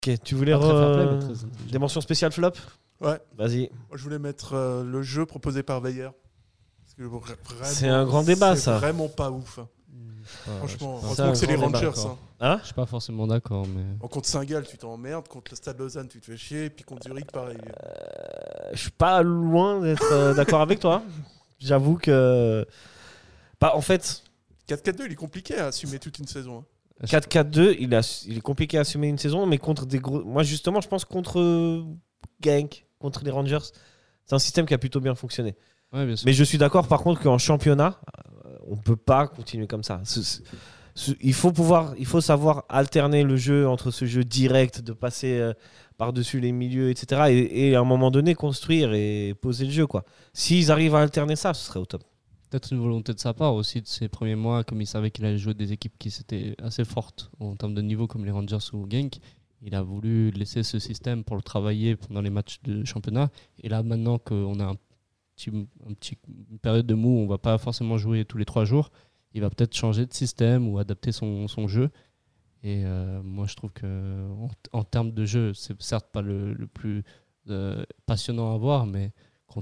Ok, tu voulais Pas très fair play, mais très intelligent. des mentions spéciales flop? Ouais. Vas-y. Moi, je voulais mettre le jeu proposé par Weyer. Parce que vraiment, C'est un grand débat, c'est ça. vraiment pas ouf. Franchement, je suis Ça, heureusement que c'est un les grand débat, Rangers. d'accord. Hein. Hein? Je suis pas forcément d'accord, mais. Contre Saint-Gall, tu t'emmerdes. Contre le Stade Lausanne, tu te fais chier. Et puis contre Zurich, pareil. Je suis pas loin d'être d'accord avec toi. J'avoue que. Bah, en fait, 4-4-2, il est compliqué à assumer toute une saison. Hein. 4-4-2, il est compliqué à assumer une saison, mais contre des gros. Moi, justement, je pense contre Genk, contre les Rangers, c'est un système qui a plutôt bien fonctionné. Ouais, bien sûr. Mais je suis d'accord, par contre, qu'en championnat, on peut pas continuer comme ça. Il faut savoir alterner le jeu entre ce jeu direct, de passer par-dessus les milieux, etc. Et à un moment donné, construire et poser le jeu, quoi. S'ils arrivent à alterner ça, ce serait au top. Peut-être une volonté de sa part aussi de ses premiers mois, comme il savait qu'il allait jouer des équipes qui étaient assez fortes en termes de niveau, comme les Rangers ou Genk. Il a voulu laisser ce système pour le travailler pendant les matchs de championnat. Et là, maintenant qu'on a une période de mou, on ne va pas forcément jouer tous les 3 jours, il va peut-être changer de système ou adapter son jeu. Et moi, je trouve qu'en termes de jeu, c'est certes pas le plus passionnant à voir, mais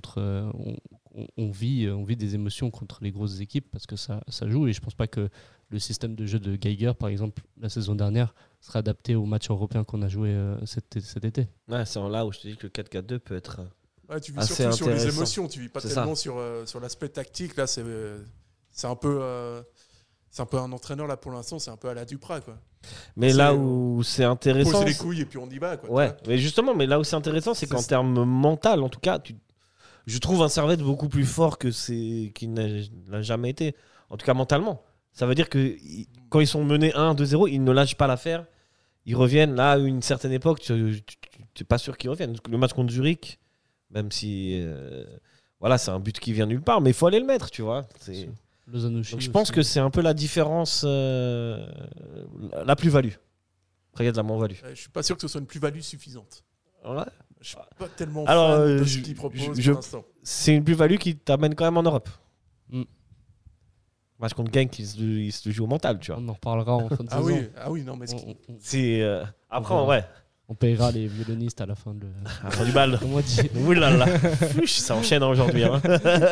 on vit des émotions contre les grosses équipes parce que ça joue. Et je pense pas que le système de jeu de Geiger, par exemple, la saison dernière, sera adapté aux matchs européens qu'on a joué cet été. Ouais, c'est là où je te dis que le 4-4-2 peut être Ouais, tu vis assez surtout sur les intéressant. émotions. Tu vis pas C'est tellement sur l'aspect tactique. Là, c'est un peu un entraîneur là pour l'instant. C'est un peu à la Duprat, quoi. Mais C'est, là où c'est intéressant. Poser les couilles et puis on y va, quoi. Ouais, mais justement, mais là où c'est intéressant, c'est qu'en termes mental, en tout cas, je trouve un Servette beaucoup plus fort qu'il n'a jamais été. En tout cas, mentalement. Ça veut dire que quand ils sont menés 1-2-0, ils ne lâchent pas l'affaire. Ils reviennent. Là, à une certaine époque, tu n'es pas sûr qu'ils reviennent. Le match contre Zurich, même si voilà, c'est un but qui vient nulle part, mais il faut aller le mettre, tu vois. Donc, je pense que c'est un peu la différence, la plus-value. Après, il y a de la moins-value. Je suis pas sûr que ce soit une plus-value suffisante. Ouais. Je suis pas tellement Alors, fan de ce qu'ils proposent pour l'instant. C'est une plus-value qui t'amène quand même en Europe. Mm. Match contre Genk, il se joue au mental, tu vois. On en reparlera en fin de saison. Oui, non, mais C'est après, ouais. On payera les violonistes à la fin de À la fin du bal. Comment on dit Oulala. Ça enchaîne aujourd'hui. Hein.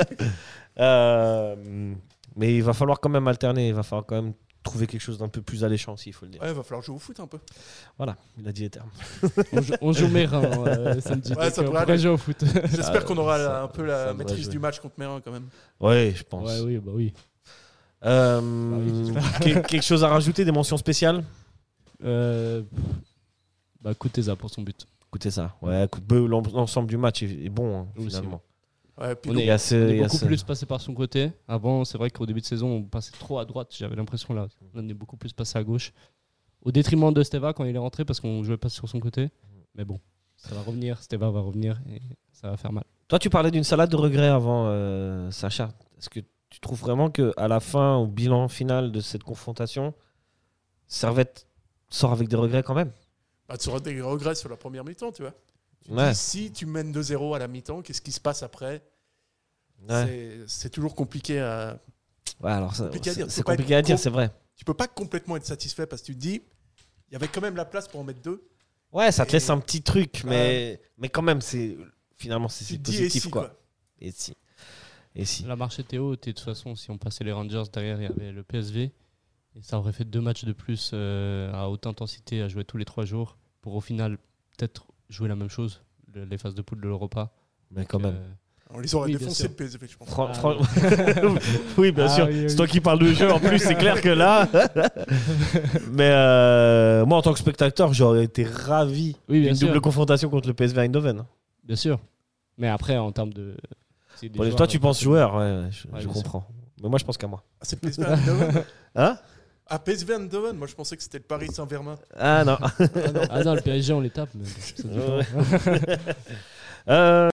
Mais il va falloir quand même alterner. Il va falloir quand même trouver quelque chose d'un peu plus alléchant aussi, il faut le dire. Ouais, il va falloir jouer au foot un peu. Voilà, il a dit les termes. On joue Mérin samedi. Ouais, ça on pourrait pourrait aller. jouer au foot. J'espère qu'on aura un peu ça la devrait maîtrise jouer. du match contre Mérin quand même. Ouais, je pense. Ouais, oui, bah oui. Quelque chose à rajouter, des mentions spéciales? Bah, Kuteza pour son but. Écoutez ça. Ouais, l'ensemble du match est bon, hein, finalement. Ouais, puis On donc, est beaucoup plus passé par son côté. Avant, c'est vrai qu'au début de saison, on passait trop à droite. J'avais l'impression là. On est beaucoup plus passé à gauche. Au détriment de Steva quand il est rentré parce qu'on jouait pas sur son côté. Mais bon, ça va revenir. Steva va revenir et ça va faire mal. Toi, tu parlais d'une salade de regrets avant, Sacha. Est-ce que tu trouves vraiment qu'à la fin, au bilan final de cette confrontation, Servette sort avec des regrets quand même? bah, tu auras des regrets sur la première mi-temps, tu vois. Tu Ouais. dis, si tu mènes 2-0 à la mi-temps, qu'est-ce qui se passe après? Ouais. C'est toujours compliqué à... Ouais, alors Compliqué à dire. c'est Faut pas compliqué être à dire, con. c'est vrai. Tu peux pas complètement être satisfait parce que tu te dis, il y avait quand même la place pour en mettre 2. Ouais, ça te Et- laisse un petit truc, mais quand même, finalement, c'est Tu te dis, positif, et si, quoi. Et si. Et si. La marche était haute et de toute façon, si on passait les Rangers, derrière, il y avait le PSV. Et ça aurait fait 2 matchs de plus à haute intensité, à jouer tous les 3 jours. Pour au final, peut-être jouer la même chose, les phases de poule de l'Europa. Mais quand même. On les aurait Oui, bien défoncés, sûr. le PSV, je pense. Oui, bien Ah, sûr. oui, oui. C'est toi qui parles de jeu en plus, c'est clair que là. Mais moi, en tant que spectateur, j'aurais été ravi Oui, bien d'une sûr. double confrontation contre le PSV Eindhoven. Bien sûr. Mais après, en termes de. c'est des joueurs, Toi, tu penses joueur, ouais, je bien comprends. Mais moi, je pense qu'à moi. Ah, c'est PSV Eindhoven. Hein? Ah, PSV Eindhoven, moi je pensais que c'était le Paris Saint-Germain. Ah non. Ah non, le PSG, on les tape. Mais c'est différent. Ouais.